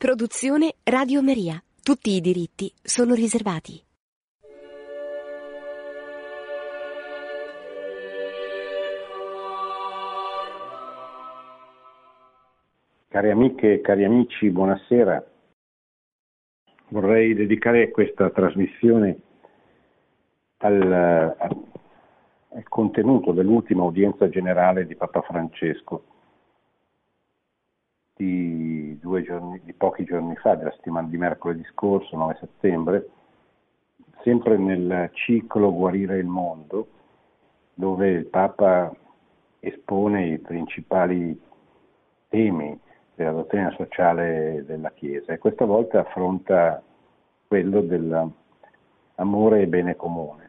Produzione Radio Maria. Tutti i diritti sono riservati. Cari amiche e cari amici, buonasera. Vorrei dedicare questa trasmissione al contenuto dell'ultima udienza generale di Papa Francesco di pochi giorni fa, della settimana di mercoledì scorso, 9 settembre, sempre nel ciclo Guarire il mondo, dove il Papa espone i principali temi della dottrina sociale della Chiesa e questa volta affronta quello dell'amore e bene comune.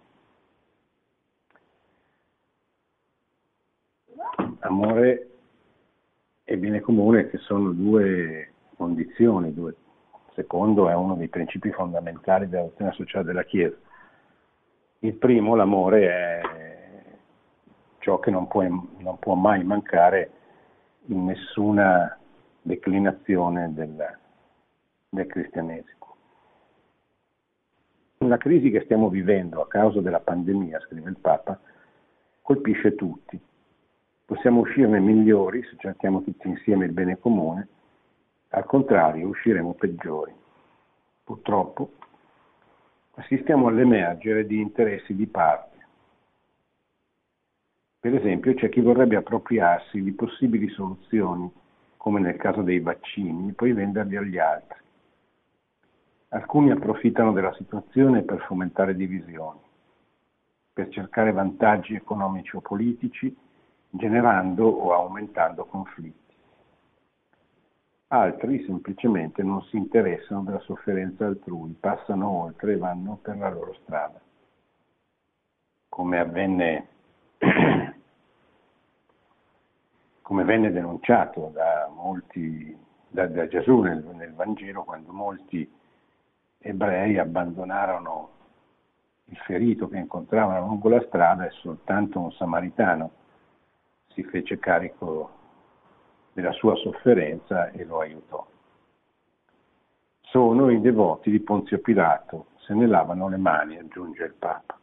Amore e bene comune che sono due condizioni, secondo è uno dei principi fondamentali della dottrina sociale della Chiesa. Il primo, l'amore, è ciò che non può mai mancare in nessuna declinazione del cristianesimo. La crisi che stiamo vivendo a causa della pandemia, scrive il Papa, colpisce tutti. Possiamo uscirne migliori se cerchiamo tutti insieme il bene comune, al contrario usciremo peggiori. Purtroppo assistiamo all'emergere di interessi di parte. Per esempio c'è chi vorrebbe appropriarsi di possibili soluzioni, come nel caso dei vaccini, e poi venderli agli altri. Alcuni approfittano della situazione per fomentare divisioni, per cercare vantaggi economici o politici, generando o aumentando conflitti. Altri semplicemente non si interessano della sofferenza altrui, passano oltre e vanno per la loro strada. Come venne denunciato da Gesù nel Vangelo, quando molti ebrei abbandonarono il ferito che incontravano lungo la strada e soltanto un samaritano si fece carico della sua sofferenza e lo aiutò. Sono i devoti di Ponzio Pilato, se ne lavano le mani, aggiunge il Papa.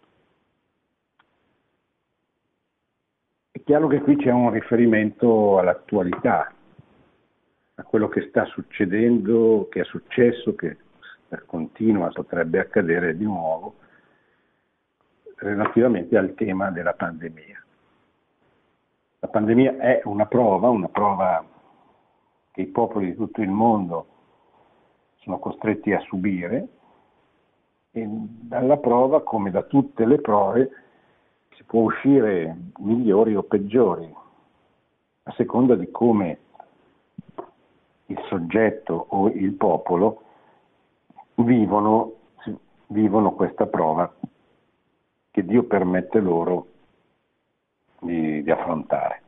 È chiaro che qui c'è un riferimento all'attualità, a quello che sta succedendo, che è successo, che continua, potrebbe accadere di nuovo, relativamente al tema della pandemia. La pandemia è una prova che i popoli di tutto il mondo sono costretti a subire, e dalla prova, come da tutte le prove, si può uscire migliori o peggiori, a seconda di come il soggetto o il popolo vivono questa prova che Dio permette loro di affrontare.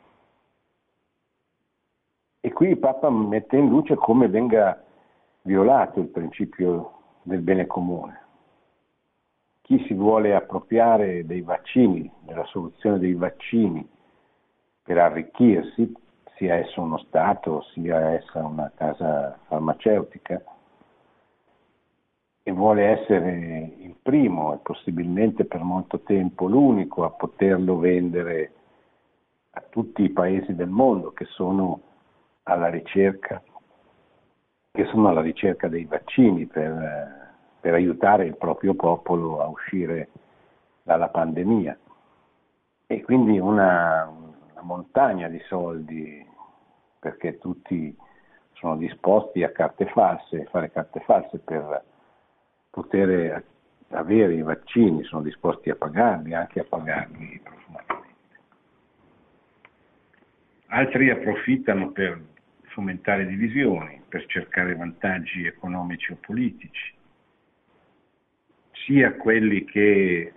E qui il Papa mette in luce come venga violato il principio del bene comune. Chi si vuole appropriare dei vaccini, della soluzione dei vaccini per arricchirsi, sia esso uno Stato, sia essa una casa farmaceutica, e vuole essere il primo e possibilmente per molto tempo l'unico a poterlo vendere a tutti i paesi del mondo che sono alla ricerca dei vaccini per aiutare il proprio popolo a uscire dalla pandemia. E quindi una montagna di soldi, perché tutti sono disposti a fare carte false per poter avere i vaccini, sono disposti a pagarli, anche a pagarli profumatamente. Altri approfittano per fomentare divisioni, per cercare vantaggi economici o politici, sia quelli che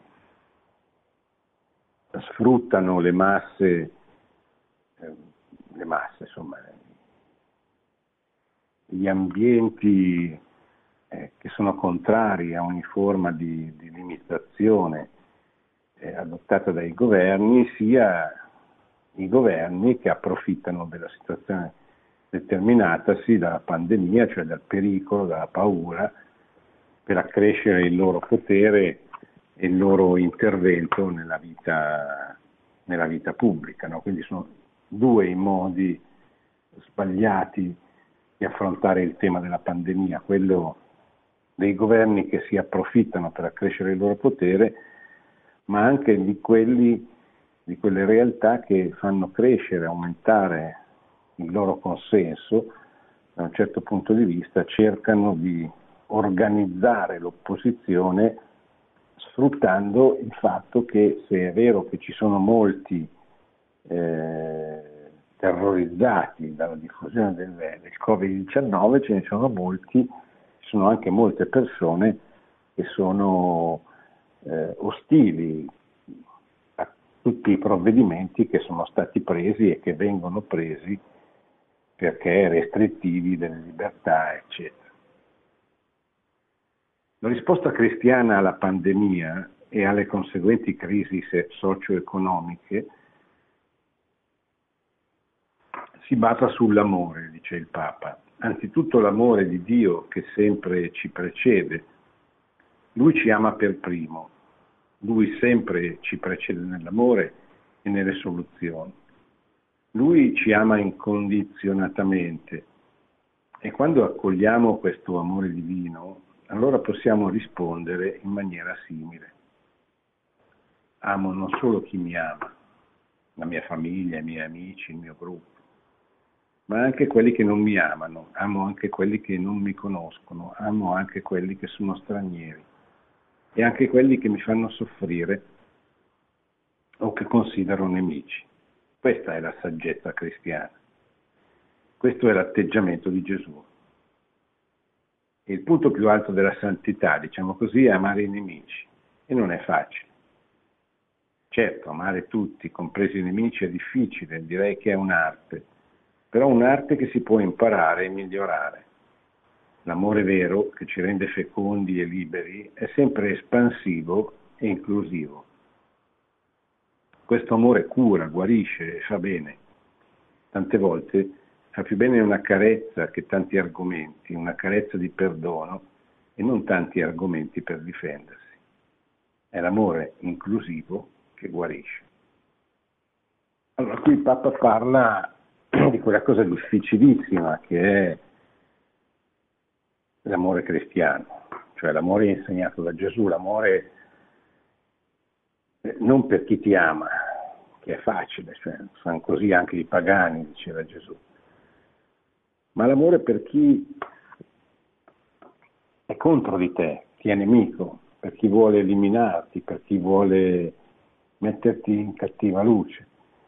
sfruttano le masse, insomma, gli ambienti che sono contrari a ogni forma di limitazione adottata dai governi, sia i governi che approfittano della situazione determinatasi dalla pandemia, cioè dal pericolo, dalla paura, per accrescere il loro potere e il loro intervento nella vita pubblica. No? Quindi sono due i modi sbagliati di affrontare il tema della pandemia, quello dei governi che si approfittano per accrescere il loro potere, ma anche di quelle realtà che fanno crescere, aumentare il loro consenso, da un certo punto di vista cercano di organizzare l'opposizione sfruttando il fatto che, se è vero che ci sono molti terrorizzati dalla diffusione del Covid-19, ce ne sono molti, ci sono anche molte persone che sono ostili a tutti i provvedimenti che sono stati presi e che vengono presi perché restrittivi delle libertà, eccetera. La risposta cristiana alla pandemia e alle conseguenti crisi socio-economiche si basa sull'amore, dice il Papa. Anzitutto l'amore di Dio che sempre ci precede. Lui ci ama per primo. Lui sempre ci precede nell'amore e nelle soluzioni. Lui ci ama incondizionatamente e quando accogliamo questo amore divino, allora possiamo rispondere in maniera simile. Amo non solo chi mi ama, la mia famiglia, i miei amici, il mio gruppo, ma anche quelli che non mi amano, amo anche quelli che non mi conoscono, amo anche quelli che sono stranieri e anche quelli che mi fanno soffrire o che considero nemici. Questa è la saggezza cristiana, questo è l'atteggiamento di Gesù. E il punto più alto della santità, diciamo così, è amare i nemici, e non è facile. Certo, amare tutti, compresi i nemici, è difficile, direi che è un'arte, però un'arte che si può imparare e migliorare. L'amore vero, che ci rende fecondi e liberi, è sempre espansivo e inclusivo. Questo amore cura, guarisce e fa bene. Tante volte fa più bene una carezza che tanti argomenti, una carezza di perdono e non tanti argomenti per difendersi. È l'amore inclusivo che guarisce. Allora, qui il Papa parla di quella cosa difficilissima che è l'amore cristiano, cioè l'amore insegnato da Gesù, l'amore non per chi ti ama, che è facile, cioè fanno così anche i pagani, diceva Gesù, ma l'amore per chi è contro di te, chi è nemico, per chi vuole eliminarti, per chi vuole metterti in cattiva luce.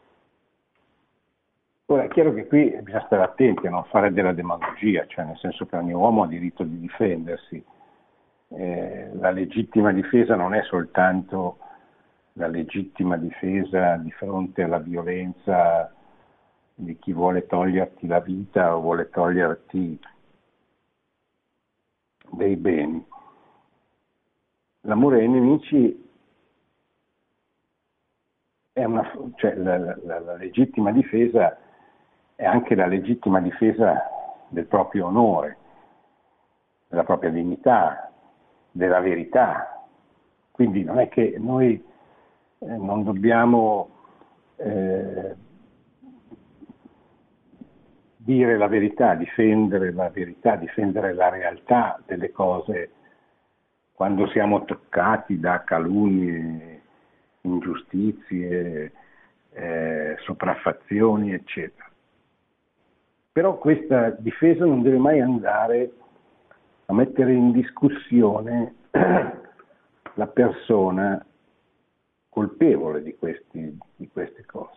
Ora è chiaro che qui bisogna stare attenti a non fare della demagogia, cioè nel senso che ogni uomo ha diritto di difendersi. La legittima difesa non è soltanto la legittima difesa di fronte alla violenza di chi vuole toglierti la vita o vuole toglierti dei beni. L'amore ai nemici è cioè la legittima difesa è anche la legittima difesa del proprio onore, della propria dignità, della verità. Quindi non è che noi non dobbiamo dire la verità, difendere la realtà delle cose quando siamo toccati da calunnie, ingiustizie, sopraffazioni, eccetera. Però questa difesa non deve mai andare a mettere in discussione la persona colpevole di queste cose.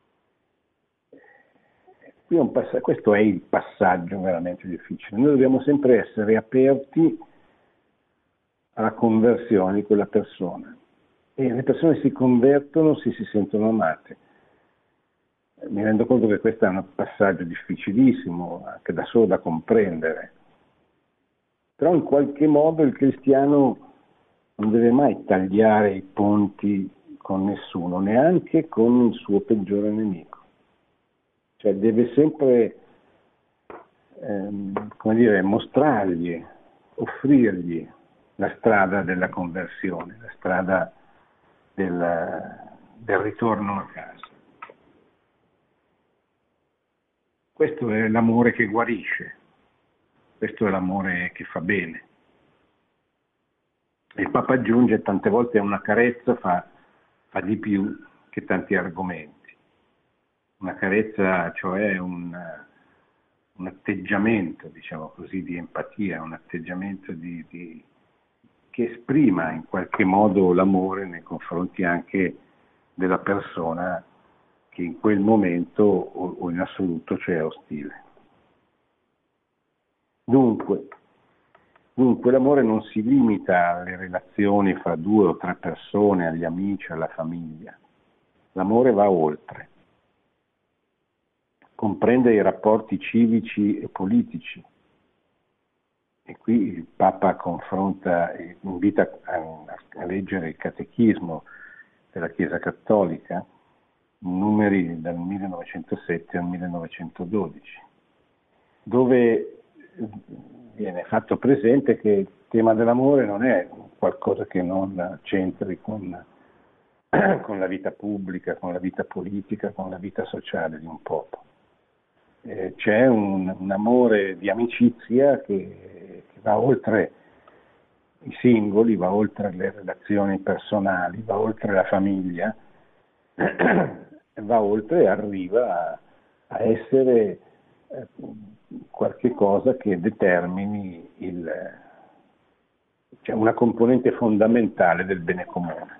Questo è il passaggio veramente difficile. Noi dobbiamo sempre essere aperti alla conversione di quella persona e le persone si convertono se si sentono amate. Mi rendo conto che questo è un passaggio difficilissimo, anche da solo da comprendere, però in qualche modo il cristiano non deve mai tagliare i ponti con nessuno, neanche con il suo peggiore nemico. Cioè deve sempre come dire, mostrargli, offrirgli la strada della conversione, la strada del ritorno a casa. Questo è l'amore che guarisce, questo è l'amore che fa bene. Il Papa aggiunge: tante volte una carezza fa di più che tanti argomenti. Una carezza, cioè un atteggiamento, diciamo così, di empatia, un atteggiamento che esprima in qualche modo l'amore nei confronti anche della persona che in quel momento o in assoluto c'è ostile. Dunque l'amore non si limita alle relazioni fra 2 o 3 persone, agli amici, alla famiglia. L'amore va oltre. Comprende i rapporti civici e politici. E qui il Papa invita a leggere il Catechismo della Chiesa Cattolica, numeri dal 1907 al 1912, dove viene fatto presente che il tema dell'amore non è qualcosa che non c'entri con la vita pubblica, con la vita politica, con la vita sociale di un popolo. C'è un amore di amicizia che va oltre i singoli, va oltre le relazioni personali, va oltre la famiglia, va oltre e arriva a essere qualche cosa che determini una componente fondamentale del bene comune.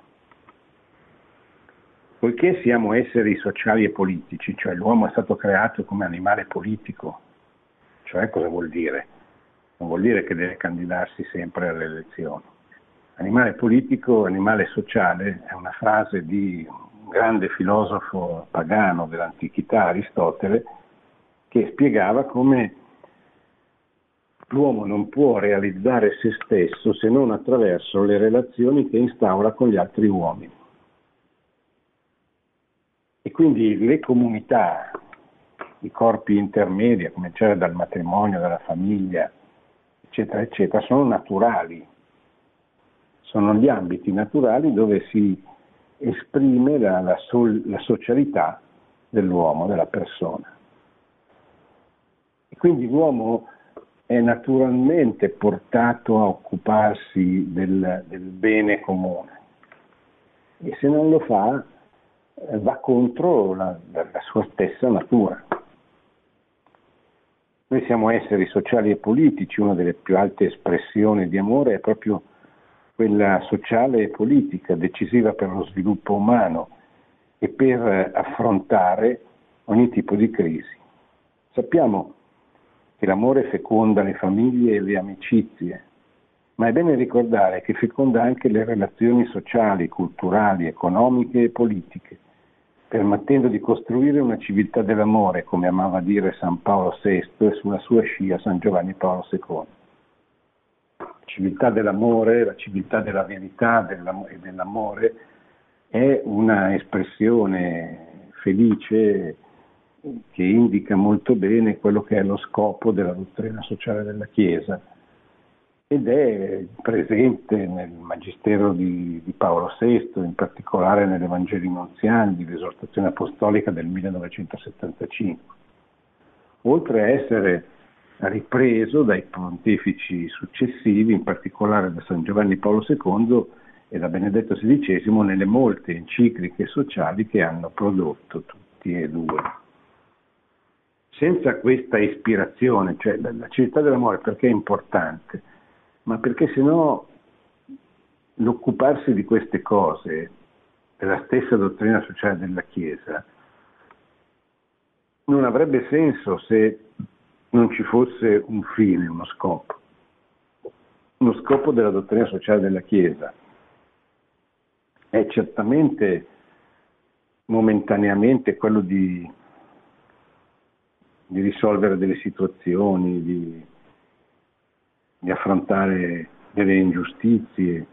Poiché siamo esseri sociali e politici, cioè l'uomo è stato creato come animale politico, cioè cosa vuol dire? Non vuol dire che deve candidarsi sempre alle elezioni. Animale politico, animale sociale è una frase di un grande filosofo pagano dell'antichità, Aristotele, che spiegava come l'uomo non può realizzare se stesso se non attraverso le relazioni che instaura con gli altri uomini. E quindi le comunità, i corpi intermedi, a cominciare dal matrimonio, dalla famiglia, eccetera, eccetera, sono naturali. Sono gli ambiti naturali dove si esprime la socialità dell'uomo, della persona. E quindi l'uomo è naturalmente portato a occuparsi del bene comune. E se non lo fa, va contro la sua stessa natura. Noi siamo esseri sociali e politici, una delle più alte espressioni di amore è proprio quella sociale e politica, decisiva per lo sviluppo umano e per affrontare ogni tipo di crisi. Sappiamo che l'amore feconda le famiglie e le amicizie, ma è bene ricordare che feconda anche le relazioni sociali, culturali, economiche e politiche, permettendo di costruire una civiltà dell'amore, come amava dire San Paolo VI e sulla sua scia San Giovanni Paolo II. La civiltà dell'amore, la civiltà della verità e dell'amore è una espressione felice che indica molto bene quello che è lo scopo della dottrina sociale della Chiesa ed è presente nel Magistero di Paolo VI, in particolare nelle Vangeli Nunziandi, l'esortazione apostolica del 1975, oltre a essere ripreso dai pontefici successivi, in particolare da San Giovanni Paolo II e da Benedetto XVI, nelle molte encicliche sociali che hanno prodotto tutti e due. Senza questa ispirazione, cioè la civiltà dell'amore, perché è importante? Ma perché sennò l'occuparsi di queste cose, della stessa dottrina sociale della Chiesa, non avrebbe senso se non ci fosse un fine, uno scopo. Uno scopo della dottrina sociale della Chiesa è certamente momentaneamente quello di risolvere delle situazioni, di affrontare delle ingiustizie,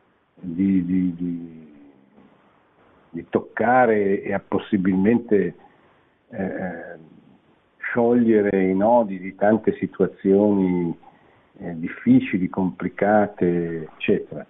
di toccare e possibilmente sciogliere i nodi di tante situazioni difficili, complicate, eccetera.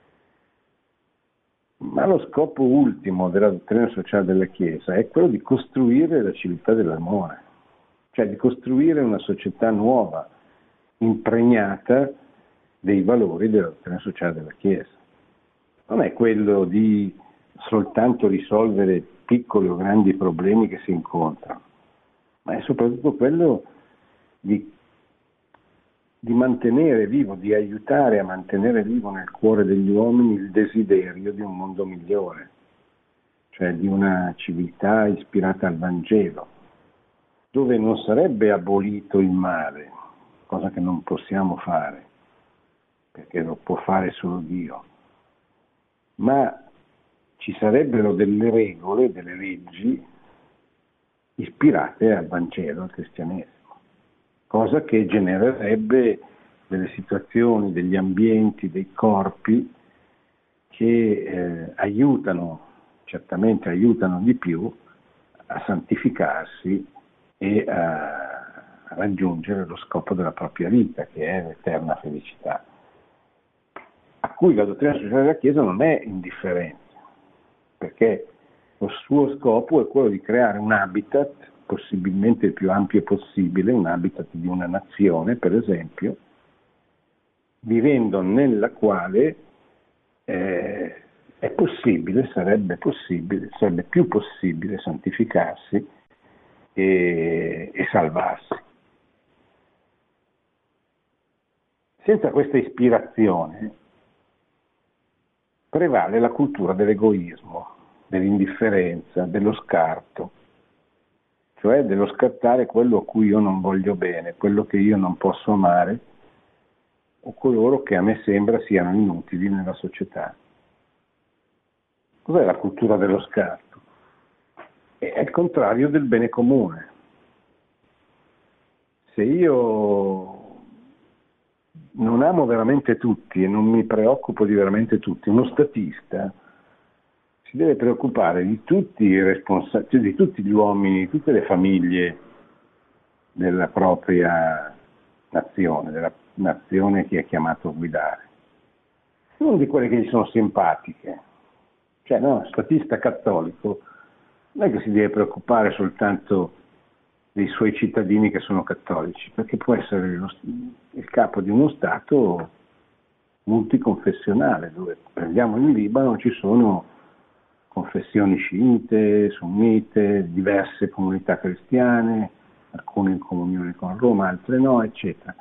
Ma lo scopo ultimo della dottrina sociale della Chiesa è quello di costruire la civiltà dell'amore, cioè di costruire una società nuova, impregnata dei valori della dottrina sociale della Chiesa. Non è quello di soltanto risolvere piccoli o grandi problemi che si incontrano, ma è soprattutto quello di mantenere vivo, di aiutare a mantenere vivo nel cuore degli uomini il desiderio di un mondo migliore, cioè di una civiltà ispirata al Vangelo, dove non sarebbe abolito il male, cosa che non possiamo fare, perché lo può fare solo Dio, ma ci sarebbero delle regole, delle leggi ispirate al Vangelo, al cristianesimo, cosa che genererebbe delle situazioni, degli ambienti, dei corpi che certamente aiutano di più a santificarsi e a raggiungere lo scopo della propria vita, che è l'eterna felicità, a cui la dottrina sociale della Chiesa non è indifferente, perché lo suo scopo è quello di creare un habitat possibilmente il più ampio possibile, un habitat di una nazione, per esempio, vivendo nella quale è possibile, sarebbe più possibile santificarsi e salvarsi. Senza questa ispirazione prevale la cultura dell'egoismo, dell'indifferenza, dello scarto, cioè dello scartare quello a cui io non voglio bene, quello che io non posso amare, o coloro che a me sembra siano inutili nella società. Cos'è la cultura dello scarto? È il contrario del bene comune. Se io non amo veramente tutti e non mi preoccupo di veramente tutti, uno statista si deve preoccupare di tutti di tutti gli uomini, di tutte le famiglie della propria nazione, della nazione che è chiamato a guidare, non di quelle che gli sono simpatiche. Cioè, no, statista cattolico non è che si deve preoccupare soltanto dei suoi cittadini che sono cattolici, perché può essere il capo di uno Stato multiconfessionale, dove prendiamo in Libano ci sono confessioni sciite, sunnite, diverse comunità cristiane, alcune in comunione con Roma, altre no, eccetera.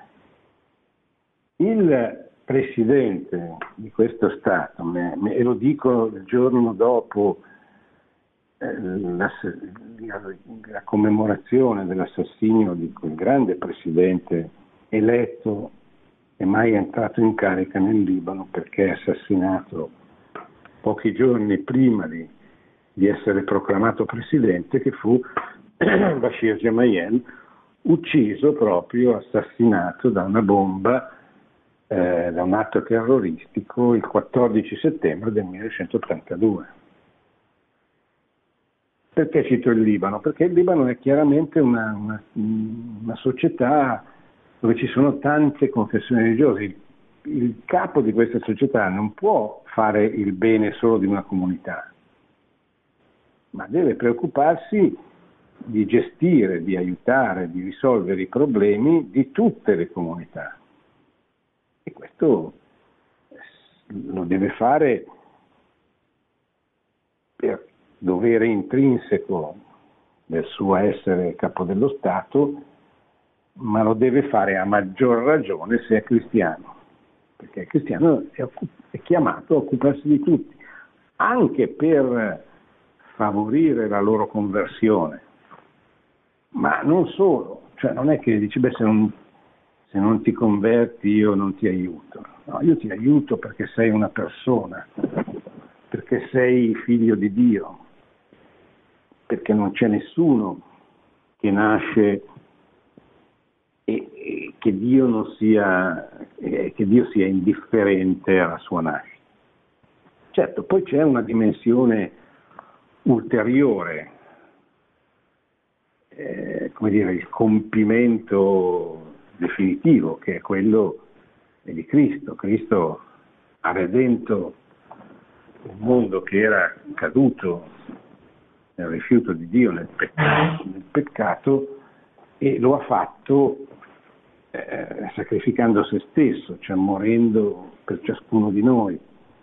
Il presidente di questo Stato, e lo dico il giorno dopo la commemorazione dell'assassinio di quel grande presidente eletto e mai entrato in carica nel Libano, perché è assassinato pochi giorni prima di essere proclamato presidente, che fu Bashir Gemayel, ucciso proprio, assassinato da una bomba, da un atto terroristico il 14 settembre del 1982. Perché cito il Libano? Perché il Libano è chiaramente una società dove ci sono tante confessioni religiose. Il capo di questa società non può fare il bene solo di una comunità, ma deve preoccuparsi di gestire, di aiutare, di risolvere i problemi di tutte le comunità. E questo lo deve fare per dovere intrinseco del suo essere capo dello Stato, ma lo deve fare a maggior ragione se è cristiano, perché il cristiano è chiamato a occuparsi di tutti, anche per favorire la loro conversione, ma non solo, cioè non è che dici, se non ti converti io non ti aiuto, no, io ti aiuto perché sei una persona, perché sei figlio di Dio, perché non c'è nessuno che nasce e che Dio sia indifferente alla sua nascita. Certo, poi c'è una dimensione ulteriore come dire, il compimento definitivo, che è quello di Cristo. Cristo ha redento un mondo che era caduto nel rifiuto di Dio, nel peccato, e lo ha fatto sacrificando se stesso, cioè morendo per ciascuno di noi.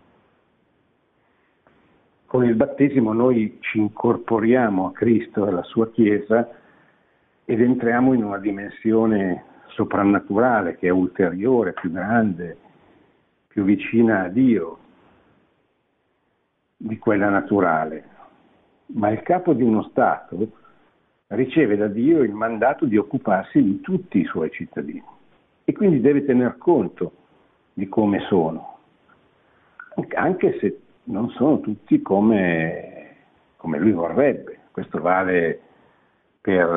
Con il battesimo noi ci incorporiamo a Cristo e alla sua Chiesa ed entriamo in una dimensione soprannaturale che è ulteriore, più grande, più vicina a Dio di quella naturale. Ma il capo di uno Stato riceve da Dio il mandato di occuparsi di tutti i suoi cittadini e quindi deve tener conto di come sono, anche se non sono tutti come lui vorrebbe. Questo vale per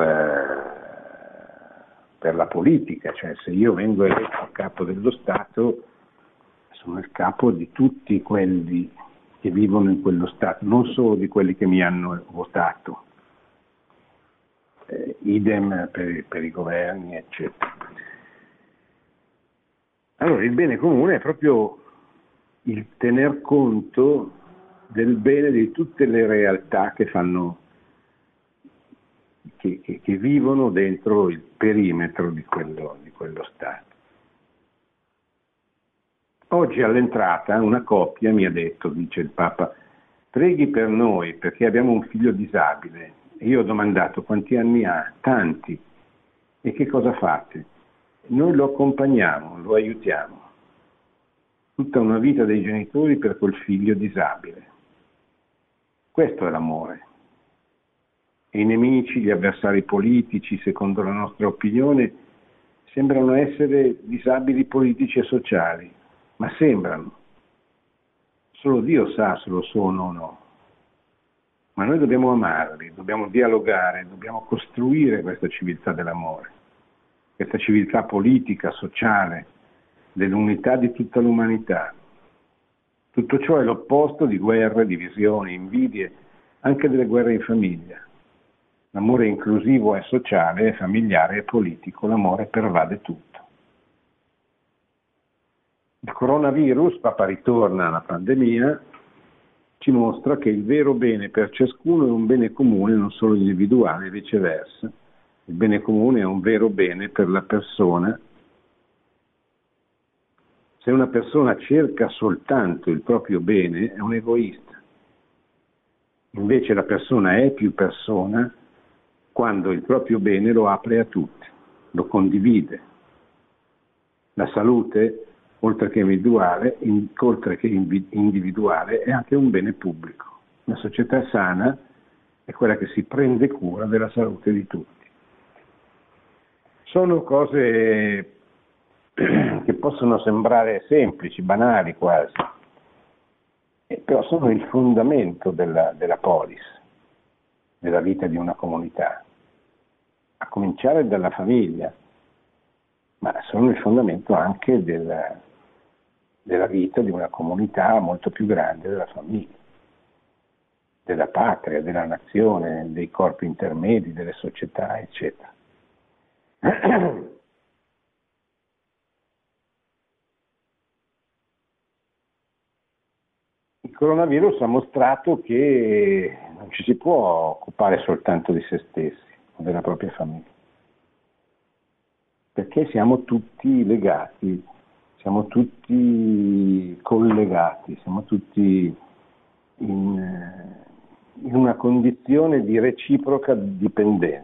la politica, cioè se io vengo eletto capo dello Stato sono il capo di tutti quelli che vivono in quello Stato, non solo di quelli che mi hanno votato. Idem per i governi, eccetera. Allora il bene comune è proprio il tener conto del bene di tutte le realtà che vivono dentro il perimetro di quello Stato. Oggi all'entrata una coppia mi ha detto, dice il Papa, preghi per noi perché abbiamo un figlio disabile. E io ho domandato quanti anni ha? Tanti. E che cosa fate? Noi lo accompagniamo, lo aiutiamo. Tutta una vita dei genitori per quel figlio disabile. Questo è l'amore. E i nemici, gli avversari politici, secondo la nostra opinione, sembrano essere disabili politici e sociali, ma sembrano. Solo Dio sa se lo sono o no. Ma noi dobbiamo amarli, dobbiamo dialogare, dobbiamo costruire questa civiltà dell'amore, questa civiltà politica, sociale, dell'unità di tutta l'umanità. Tutto ciò è l'opposto di guerre, divisioni, invidie, anche delle guerre in famiglia. L'amore inclusivo è sociale, è familiare, è politico, l'amore pervade tutto. Il coronavirus, Papa ritorna alla pandemia, ci mostra che il vero bene per ciascuno è un bene comune, non solo individuale, e viceversa. Il bene comune è un vero bene per la persona. Se una persona cerca soltanto il proprio bene, è un egoista. Invece la persona è più persona quando il proprio bene lo apre a tutti, lo condivide. La salute, oltre che individuale, è anche un bene pubblico. Una società sana è quella che si prende cura della salute di tutti. Sono cose che possono sembrare semplici, banali quasi, però sono il fondamento della polis, della vita di una comunità, a cominciare dalla famiglia, ma sono il fondamento anche della vita di una comunità molto più grande della famiglia, della patria, della nazione, dei corpi intermedi, delle società, eccetera. Il coronavirus ha mostrato che non ci si può occupare soltanto di se stessi o della propria famiglia, perché siamo tutti legati, siamo tutti collegati, siamo tutti in una condizione di reciproca dipendenza.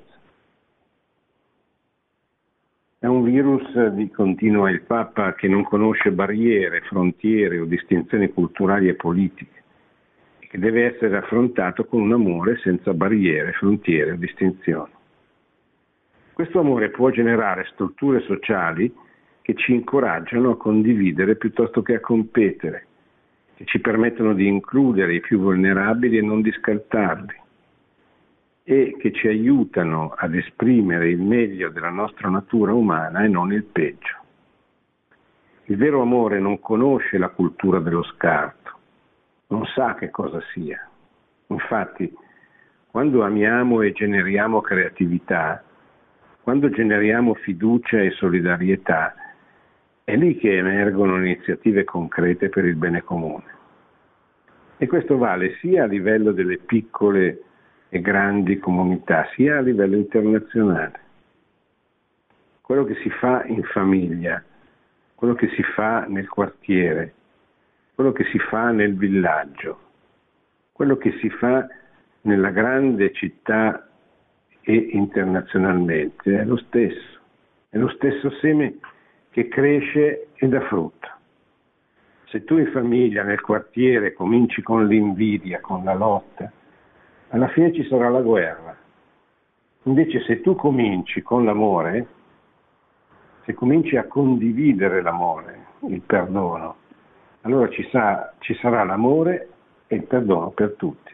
È un virus, continua il Papa, che non conosce barriere, frontiere o distinzioni culturali e politiche, e che deve essere affrontato con un amore senza barriere, frontiere o distinzioni. Questo amore può generare strutture sociali che ci incoraggiano a condividere piuttosto che a competere, che ci permettono di includere i più vulnerabili e non di scartarli, e che ci aiutano ad esprimere il meglio della nostra natura umana e non il peggio. Il vero amore non conosce la cultura dello scarto, non sa che cosa sia. Infatti, Quando amiamo e generiamo creatività, quando generiamo fiducia e solidarietà, è lì che emergono iniziative concrete per il bene comune. E questo vale sia a livello delle piccole e grandi comunità, sia a livello internazionale. Quello che si fa in famiglia, quello che si fa nel quartiere, quello che si fa nel villaggio, quello che si fa nella grande città e internazionalmente è lo stesso seme che cresce e dà frutto. Se tu in famiglia, nel quartiere, cominci con l'invidia, con la lotta, alla fine ci sarà la guerra. Invece se tu cominci con l'amore, se cominci a condividere l'amore, il perdono, allora ci sarà l'amore e il perdono per tutti.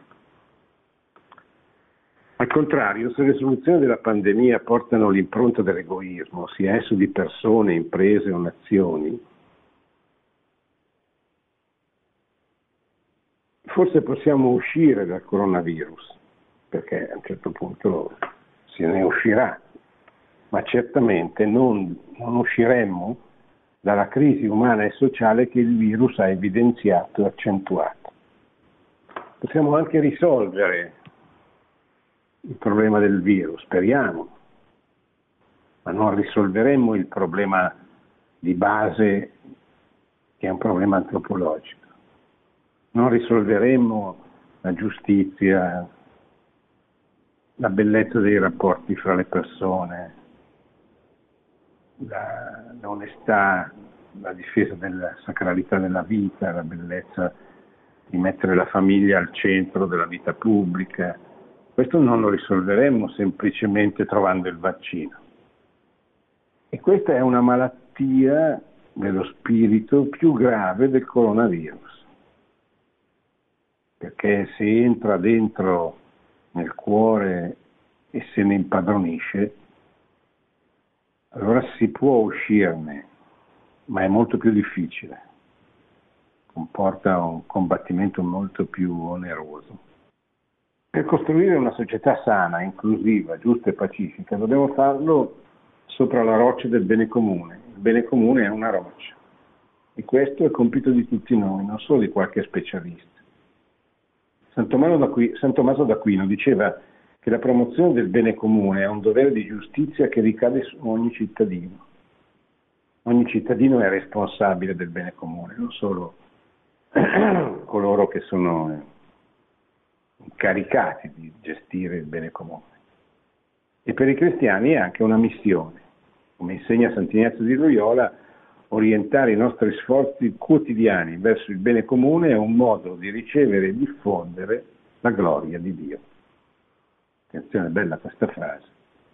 Al contrario, se le soluzioni della pandemia portano l'impronta dell'egoismo, sia esso di persone, imprese o nazioni, forse possiamo uscire dal coronavirus, perché a un certo punto se ne uscirà, ma certamente non usciremmo dalla crisi umana e sociale che il virus ha evidenziato e accentuato. Possiamo anche risolvere il problema del virus, speriamo, ma non risolveremmo il problema di base che è un problema antropologico. Non risolveremmo la giustizia, la bellezza dei rapporti fra le persone, l'onestà, la difesa della sacralità della vita, la bellezza di mettere la famiglia al centro della vita pubblica. Questo non lo risolveremmo semplicemente trovando il vaccino. E questa è una malattia dello spirito più grave del coronavirus, perché se entra dentro nel cuore e se ne impadronisce, allora si può uscirne, ma è molto più difficile, comporta un combattimento molto più oneroso. Per costruire una società sana, inclusiva, giusta e pacifica, dobbiamo farlo sopra la roccia del bene comune. Il bene comune è una roccia e questo è compito di tutti noi, non solo di qualche specialista. San Tommaso d'Aquino diceva che la promozione del bene comune è un dovere di giustizia che ricade su ogni cittadino. Ogni cittadino è responsabile del bene comune, non solo coloro che sono incaricati di gestire il bene comune. E per i cristiani è anche una missione. Come insegna Sant'Ignazio di Loyola, orientare i nostri sforzi quotidiani verso il bene comune è un modo di ricevere e diffondere la gloria di Dio. Attenzione, bella questa frase.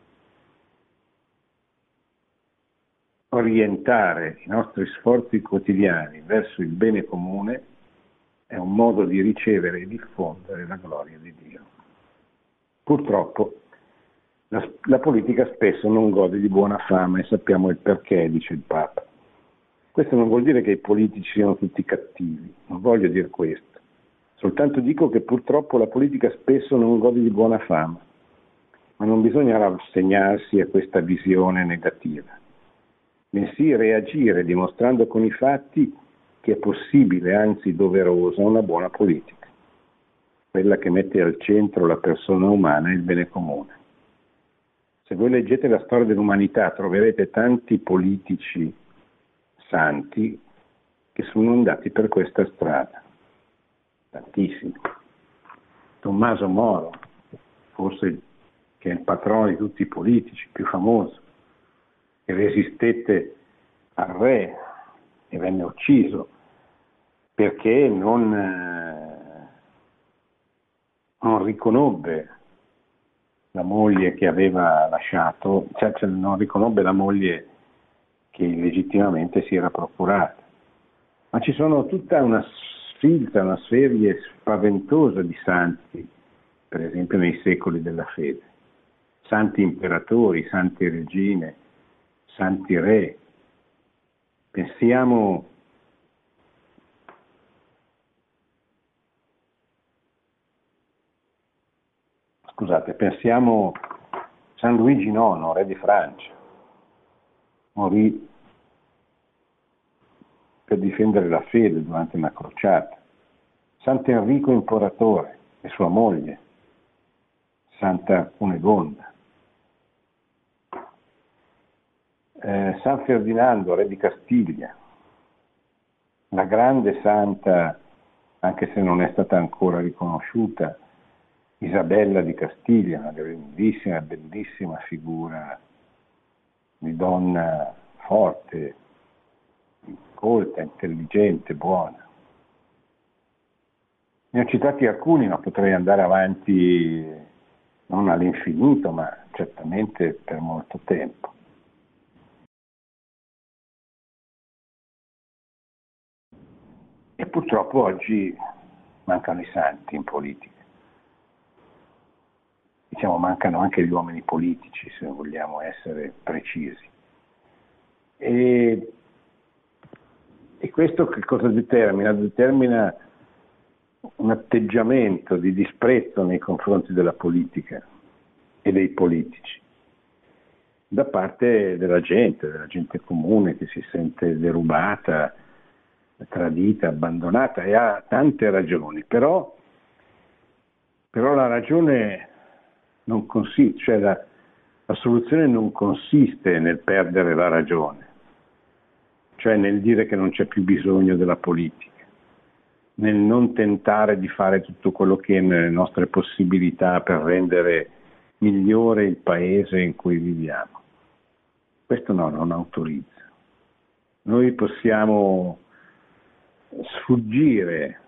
Orientare i nostri sforzi quotidiani verso il bene comune è un modo di ricevere e diffondere la gloria di Dio. Purtroppo la politica spesso non gode di buona fama e sappiamo il perché, dice il Papa. Questo non vuol dire che i politici siano tutti cattivi, non voglio dire questo. Soltanto dico che purtroppo la politica spesso non gode di buona fama, ma non bisogna rassegnarsi a questa visione negativa, bensì reagire dimostrando con i fatti che è possibile, anzi doverosa, una buona politica, quella che mette al centro la persona umana e il bene comune. Se voi leggete la storia dell'umanità troverete tanti politici santi che sono andati per questa strada, tantissimi. Tommaso Moro, forse che è il patrono di tutti i politici, più famoso, che resistette al re e venne ucciso perché non riconobbe la moglie che aveva lasciato, cioè non riconobbe la moglie che legittimamente si era procurata. Ma ci sono tutta una sfilza, una serie spaventosa di santi, per esempio nei secoli della fede. Santi imperatori, santi regine, santi re. Pensiamo scusate, pensiamo San Luigi IX, re di Francia, morì per difendere la fede durante una crociata. Sant'Enrico Imperatore e sua moglie, Santa Cunegonda. San Ferdinando, re di Castiglia, la grande santa, anche se non è stata ancora riconosciuta, Isabella di Castiglia, una grandissima, bellissima figura di donna forte, colta, intelligente, buona. Ne ho citati alcuni, ma potrei andare avanti non all'infinito, ma certamente per molto tempo. E purtroppo oggi mancano i santi in politica. Diciamo, mancano anche gli uomini politici, se vogliamo essere precisi. E questo che cosa determina? Determina un atteggiamento di disprezzo nei confronti della politica e dei politici, da parte della gente comune che si sente derubata, tradita, abbandonata, e ha tante ragioni, però la ragione non consiste, cioè la soluzione non consiste nel perdere la ragione, cioè nel dire che non c'è più bisogno della politica, nel non tentare di fare tutto quello che è nelle nostre possibilità per rendere migliore il paese in cui viviamo. Questo no, non autorizza. Noi possiamo sfuggire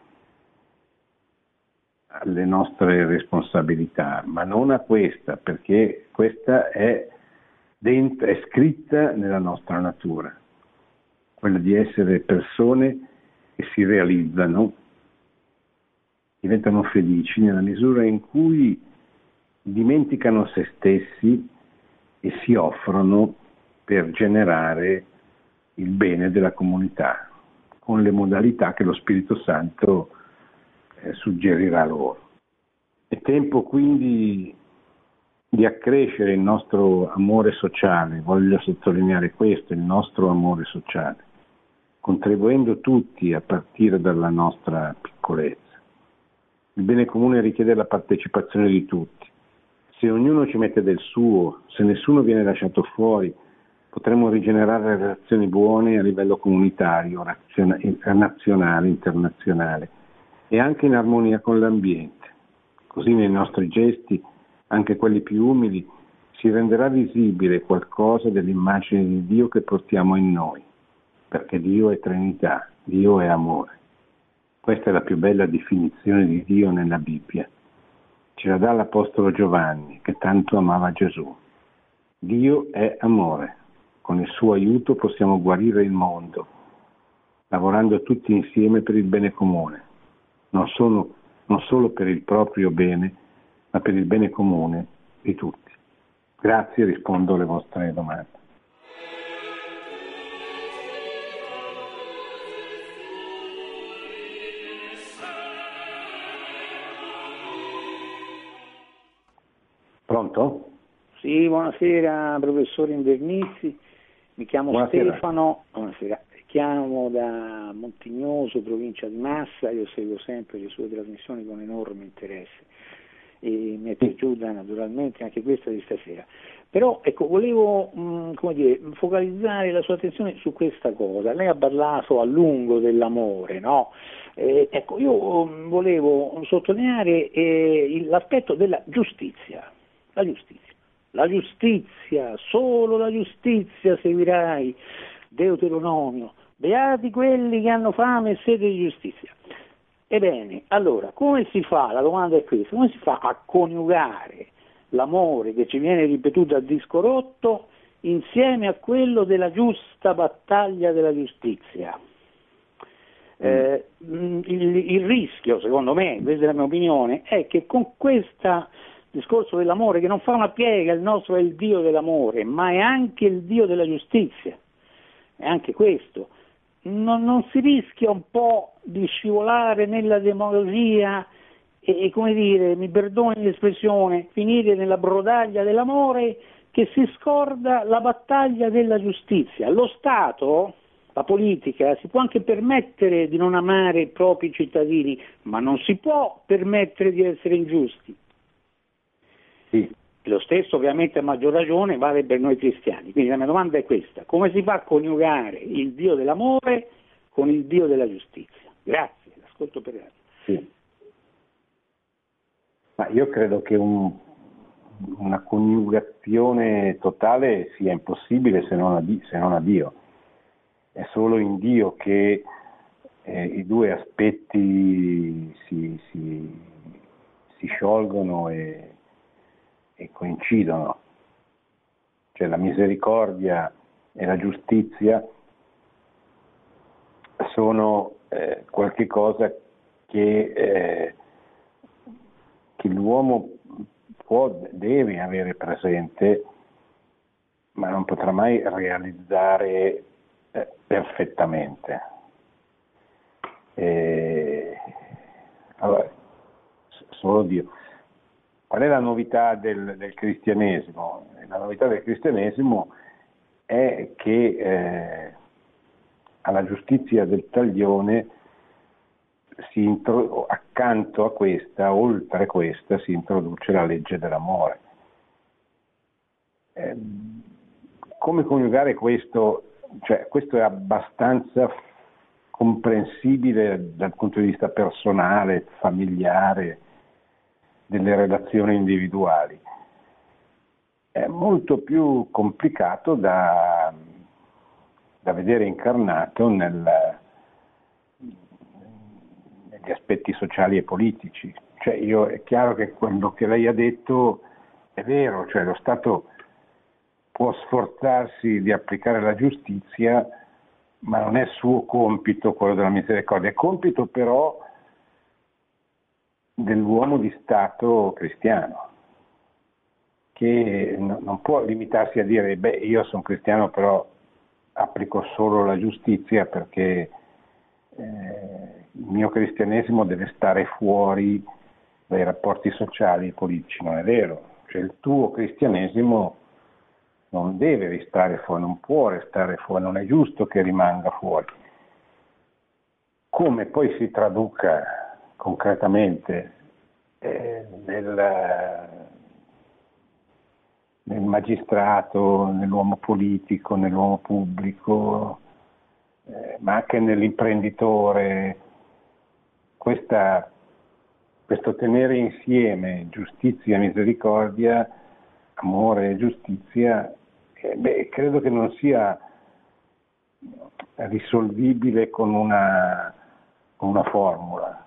alle nostre responsabilità, ma non a questa, perché questa è scritta nella nostra natura, quella di essere persone che si realizzano, diventano felici nella misura in cui dimenticano se stessi e si offrono per generare il bene della comunità, con le modalità che lo Spirito Santo suggerirà loro. È tempo quindi di accrescere il nostro amore sociale, voglio sottolineare questo, il nostro amore sociale, contribuendo tutti a partire dalla nostra piccolezza. Il bene comune richiede la partecipazione di tutti. Se ognuno ci mette del suo, se nessuno viene lasciato fuori, potremo rigenerare relazioni buone a livello comunitario, nazionale, internazionale e anche in armonia con l'ambiente. Così nei nostri gesti, anche quelli più umili, si renderà visibile qualcosa dell'immagine di Dio che portiamo in noi, perché Dio è Trinità, Dio è amore. Questa è la più bella definizione di Dio nella Bibbia. Ce la dà l'Apostolo Giovanni, che tanto amava Gesù. Dio è amore. Con il suo aiuto possiamo guarire il mondo, lavorando tutti insieme per il bene comune, non solo per il proprio bene, ma per il bene comune di tutti. Grazie, rispondo alle vostre domande. Pronto? Sì, buonasera professore Invernizzi, mi chiamo Buonasera. Stefano, buonasera. Chiamo da Montignoso, provincia di Massa, io seguo sempre le sue trasmissioni con enorme interesse e mi è piaciuta naturalmente anche questa di stasera. Però ecco, volevo focalizzare la sua attenzione su questa cosa. Lei ha parlato a lungo dell'amore, no? Ecco, io volevo sottolineare l'aspetto della giustizia. La giustizia, solo la giustizia seguirai, Deuteronomio, beati quelli che hanno fame e sete di giustizia. Ebbene, allora, come si fa, la domanda è questa, come si fa a coniugare l'amore che ci viene ripetuto a disco rotto insieme a quello della giusta battaglia della giustizia? Il rischio, secondo me, questa è la mia opinione, è che con questo discorso dell'amore, che non fa una piega, il nostro è il Dio dell'amore, ma è anche il Dio della giustizia, è anche questo, non si rischia un po' di scivolare nella demagogia come dire, mi perdoni l'espressione, finire nella brodaglia dell'amore, che si scorda la battaglia della giustizia. Lo Stato, la politica, si può anche permettere di non amare i propri cittadini, ma non si può permettere di essere ingiusti. Sì. Lo stesso ovviamente a maggior ragione vale per noi cristiani. Quindi la mia domanda è questa: come si fa a coniugare il Dio dell'amore con il Dio della giustizia? Grazie, l'ascolto per radio. Sì. Ma io credo che una coniugazione totale sia impossibile se non a Dio. È solo in Dio che i due aspetti si sciolgono e coincidono. Cioè la misericordia e la giustizia sono qualche cosa che l'uomo deve avere presente, ma non potrà mai realizzare perfettamente. Allora, solo Dio. Qual è la novità del cristianesimo? La novità del cristianesimo è che alla giustizia del taglione accanto a questa, oltre questa, si introduce la legge dell'amore. Come coniugare questo? Cioè, questo è abbastanza comprensibile dal punto di vista personale, familiare, delle relazioni individuali. È molto più complicato da vedere incarnato negli aspetti sociali e politici. Cioè è chiaro che quello che lei ha detto è vero, cioè lo Stato può sforzarsi di applicare la giustizia, ma non è suo compito quello della misericordia, è compito però dell'uomo di Stato cristiano, che non può limitarsi a dire io sono cristiano però applico solo la giustizia perché il mio cristianesimo deve stare fuori dai rapporti sociali e politici. Non è vero, cioè il tuo cristianesimo non deve restare fuori, non può restare fuori, non è giusto che rimanga fuori. Come poi si traduca concretamente nel magistrato, nell'uomo politico, nell'uomo pubblico, ma anche nell'imprenditore, questo tenere insieme giustizia e misericordia, amore e giustizia, credo che non sia risolvibile con una formula,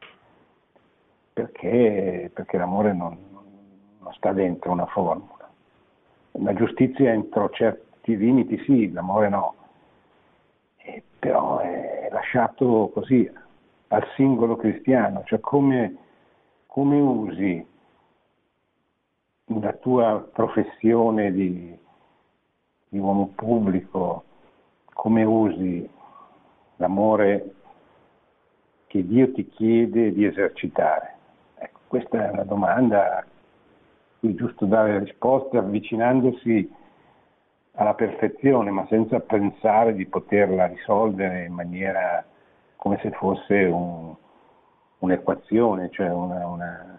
perché l'amore non sta dentro una formula. La giustizia entro certi limiti sì, l'amore no, però è lasciato così al singolo cristiano, cioè come usi la tua professione di uomo pubblico, come usi l'amore che Dio ti chiede di esercitare. Ecco, questa è una domanda a cui è giusto dare risposte avvicinandosi alla perfezione, ma senza pensare di poterla risolvere in maniera come se fosse un'equazione, cioè una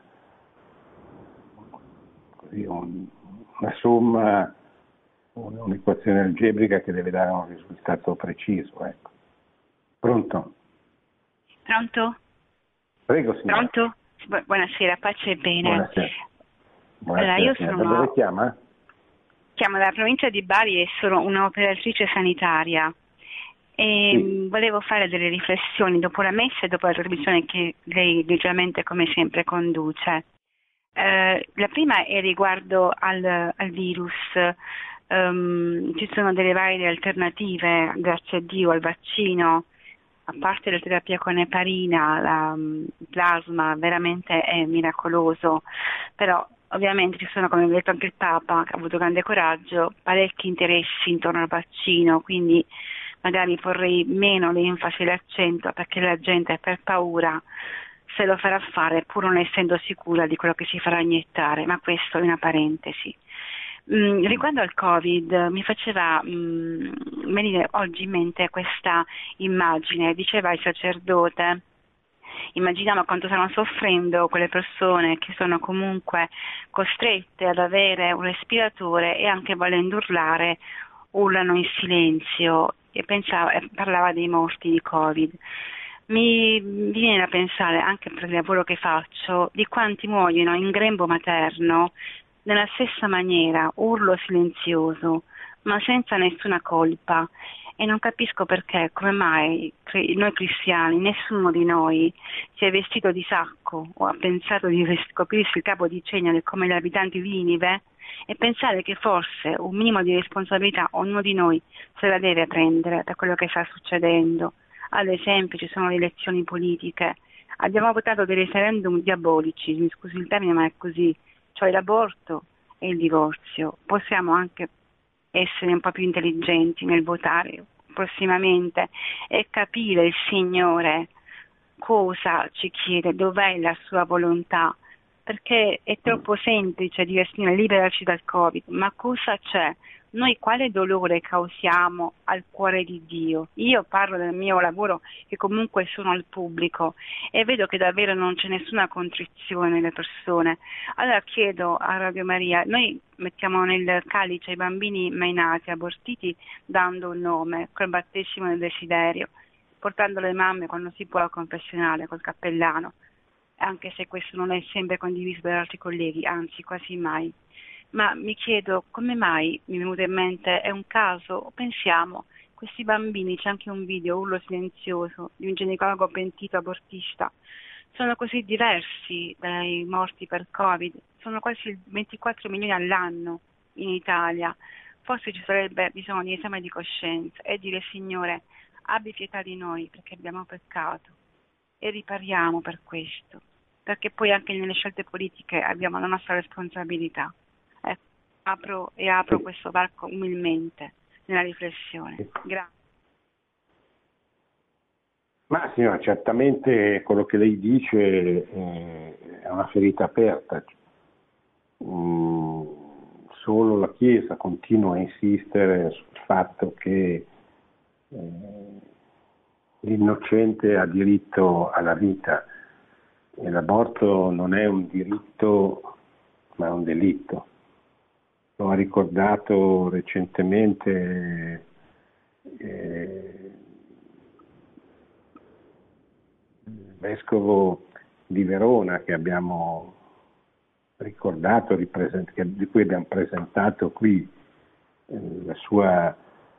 somma, un'equazione algebrica che deve dare un risultato preciso. Ecco. Pronto? Pronto? Prego, signora. Pronto? Buonasera, pace e bene. Buonasera. Allora, io sono da dove chiama? Chiamo dalla provincia di Bari e sono un'operatrice sanitaria e Sì. volevo fare delle riflessioni dopo la messa e dopo la trasmissione che lei leggermente come sempre conduce. La prima è riguardo al virus. Ci sono delle varie alternative, grazie a Dio, al vaccino, a parte la terapia con eparina, il plasma veramente è miracoloso, però ovviamente ci sono, come ha detto anche il Papa, che ha avuto grande coraggio, parecchi interessi intorno al vaccino, quindi magari porrei meno l'enfasi e l'accento perché la gente per paura se lo farà fare, pur non essendo sicura di quello che si farà iniettare, ma questo è una parentesi. Riguardo al Covid, mi faceva venire oggi in mente questa immagine. Diceva il sacerdote: immaginiamo quanto stanno soffrendo quelle persone che sono comunque costrette ad avere un respiratore e, anche volendo urlare, urlano in silenzio, e parlava dei morti di Covid. Mi viene da pensare, anche per il lavoro che faccio, di quanti muoiono in grembo materno nella stessa maniera, urlo silenzioso, ma senza nessuna colpa. E non capisco perché, come mai noi cristiani, nessuno di noi si è vestito di sacco o ha pensato di coprirsi il capo di cenere come gli abitanti di Ninive, e pensare che forse un minimo di responsabilità ognuno di noi se la deve prendere da quello che sta succedendo. Ad esempio, ci sono le elezioni politiche, abbiamo votato dei referendum diabolici, mi scusi il termine ma è così, cioè l'aborto e il divorzio. Possiamo anche essere un po' più intelligenti nel votare prossimamente e capire il Signore cosa ci chiede, dov'è la sua volontà, perché è troppo semplice dire Signore liberaci dal Covid, ma cosa c'è? Noi quale dolore causiamo al cuore di Dio? Io parlo del mio lavoro, che comunque sono al pubblico, e vedo che davvero non c'è nessuna contrizione nelle persone. Allora chiedo a Radio Maria: noi mettiamo nel calice i bambini mai nati, abortiti, dando un nome, col battesimo del desiderio, portando le mamme quando si può al confessionale col cappellano, anche se questo non è sempre condiviso da altri colleghi, anzi quasi mai. Ma mi chiedo come mai, mi è venuto in mente, è un caso, pensiamo, questi bambini, c'è anche un video, urlo silenzioso, di un ginecologo pentito abortista, sono così diversi dai morti per Covid, sono quasi 24 milioni all'anno in Italia. Forse ci sarebbe bisogno di esame di coscienza e dire: Signore, abbi pietà di noi perché abbiamo peccato, e ripariamo per questo, perché poi anche nelle scelte politiche abbiamo la nostra responsabilità. Apro questo varco umilmente nella riflessione. Grazie. Ma signora, certamente quello che lei dice è una ferita aperta. Solo la Chiesa continua a insistere sul fatto che l'innocente ha diritto alla vita, e l'aborto non è un diritto ma è un delitto. Lo ha ricordato recentemente il vescovo di Verona, che abbiamo ricordato, di cui abbiamo presentato qui il suo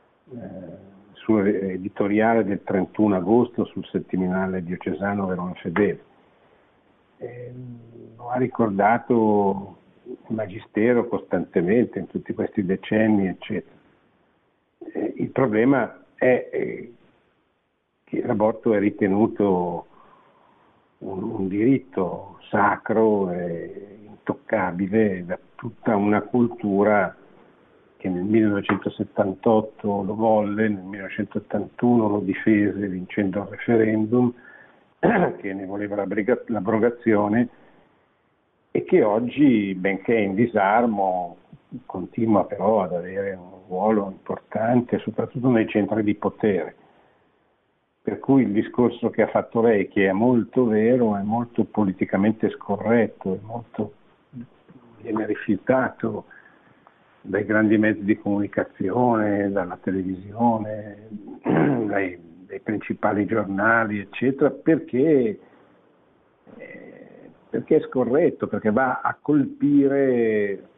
editoriale del 31 agosto sul settimanale diocesano Verona Fedele. Lo ha ricordato il Magistero costantemente in tutti questi decenni, eccetera. Il problema è che l'aborto è ritenuto un diritto sacro e intoccabile da tutta una cultura che nel 1978 lo volle, nel 1981 lo difese vincendo il referendum, che ne voleva l'abrogazione, e che oggi, benché in disarmo, continua però ad avere un ruolo importante, soprattutto nei centri di potere. Per cui il discorso che ha fatto lei, che è molto vero, è molto politicamente scorretto, viene rifiutato dai grandi mezzi di comunicazione, dalla televisione, dai principali giornali, eccetera, perché è scorretto, perché va a colpire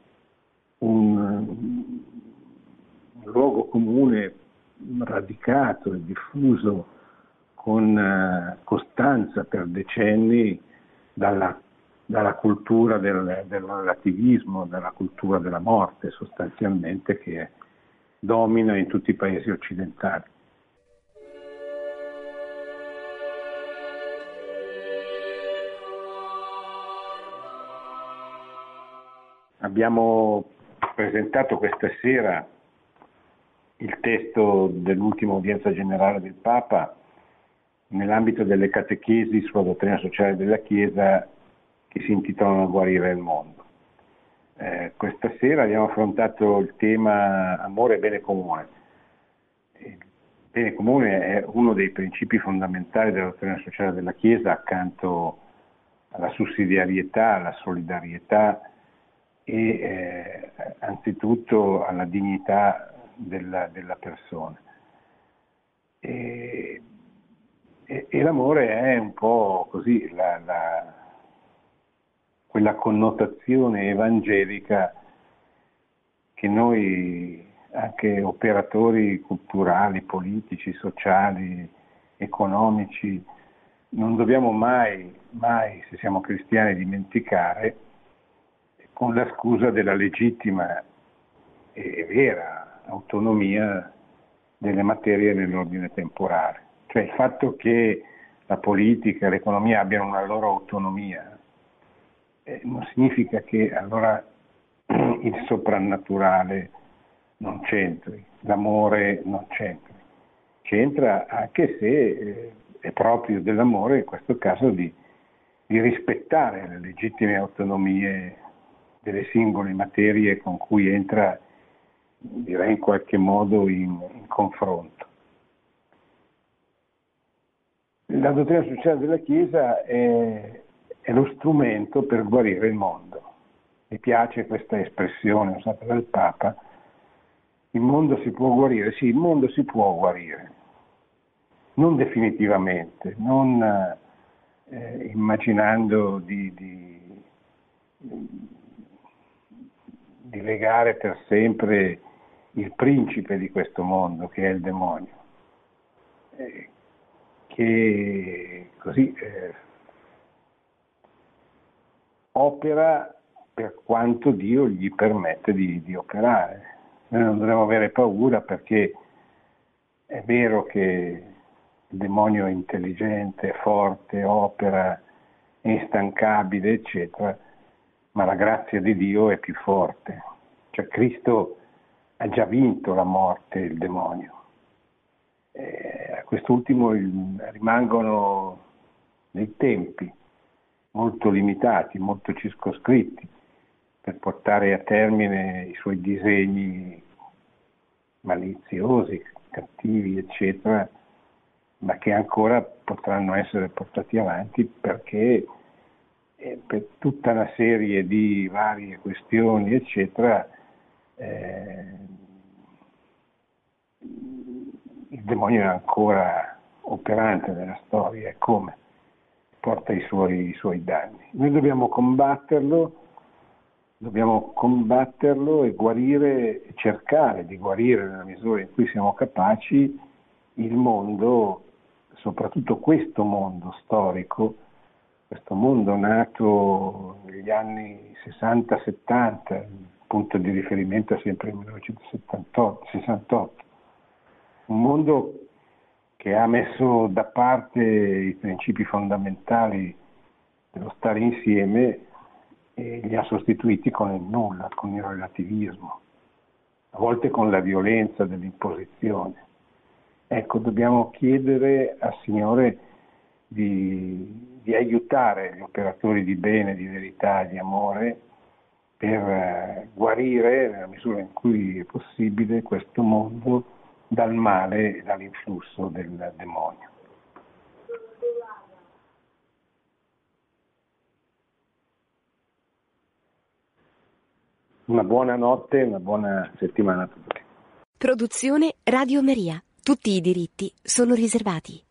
un luogo comune radicato e diffuso con costanza per decenni dalla cultura del relativismo, dalla cultura della morte sostanzialmente, che domina in tutti i paesi occidentali. Abbiamo presentato questa sera il testo dell'ultima udienza generale del Papa, nell'ambito delle catechesi sulla dottrina sociale della Chiesa che si intitolano Guarire il mondo. Questa sera abbiamo affrontato il tema amore e bene comune. Il bene comune è uno dei principi fondamentali della dottrina sociale della Chiesa, accanto alla sussidiarietà, alla solidarietà e anzitutto alla dignità della persona. E l'amore è un po' così quella connotazione evangelica che noi, anche operatori culturali, politici, sociali, economici, non dobbiamo mai, se siamo cristiani, dimenticare, con la scusa della legittima e vera autonomia delle materie nell'ordine temporale. Cioè il fatto che la politica e l'economia abbiano una loro autonomia non significa che allora il soprannaturale non c'entri, l'amore non c'entri. C'entra anche se è proprio dell'amore in questo caso di rispettare le legittime autonomie delle singole materie con cui entra, direi in qualche modo, in confronto. La dottrina sociale della Chiesa è lo strumento per guarire il mondo. Mi piace questa espressione usata dal Papa. Il mondo si può guarire? Sì, il mondo si può guarire. Non definitivamente, non immaginando di legare per sempre il principe di questo mondo, che è il demonio, che così opera per quanto Dio gli permette di operare. Noi non dovremmo avere paura, perché è vero che il demonio è intelligente, è forte, opera, è instancabile, eccetera, ma la grazia di Dio è più forte. Cioè Cristo ha già vinto la morte e il demonio. A quest'ultimo rimangono dei tempi molto limitati, molto circoscritti, per portare a termine i suoi disegni maliziosi, cattivi, eccetera, ma che ancora potranno essere portati avanti, perché per tutta una serie di varie questioni, eccetera, il demonio è ancora operante nella storia, e come porta i suoi danni. Noi dobbiamo combatterlo e guarire, cercare di guarire nella misura in cui siamo capaci il mondo, soprattutto questo mondo storico, questo mondo nato negli anni 60-70, il punto di riferimento è sempre il 1968, un mondo che ha messo da parte i principi fondamentali dello stare insieme e li ha sostituiti con il nulla, con il relativismo, a volte con la violenza dell'imposizione. Ecco, dobbiamo chiedere al Signore di aiutare gli operatori di bene, di verità, di amore, per guarire, nella misura in cui è possibile, questo mondo dal male e dall'influsso del demonio. Una buona notte, una buona settimana a tutti. Produzione Radio Maria. Tutti i diritti sono riservati.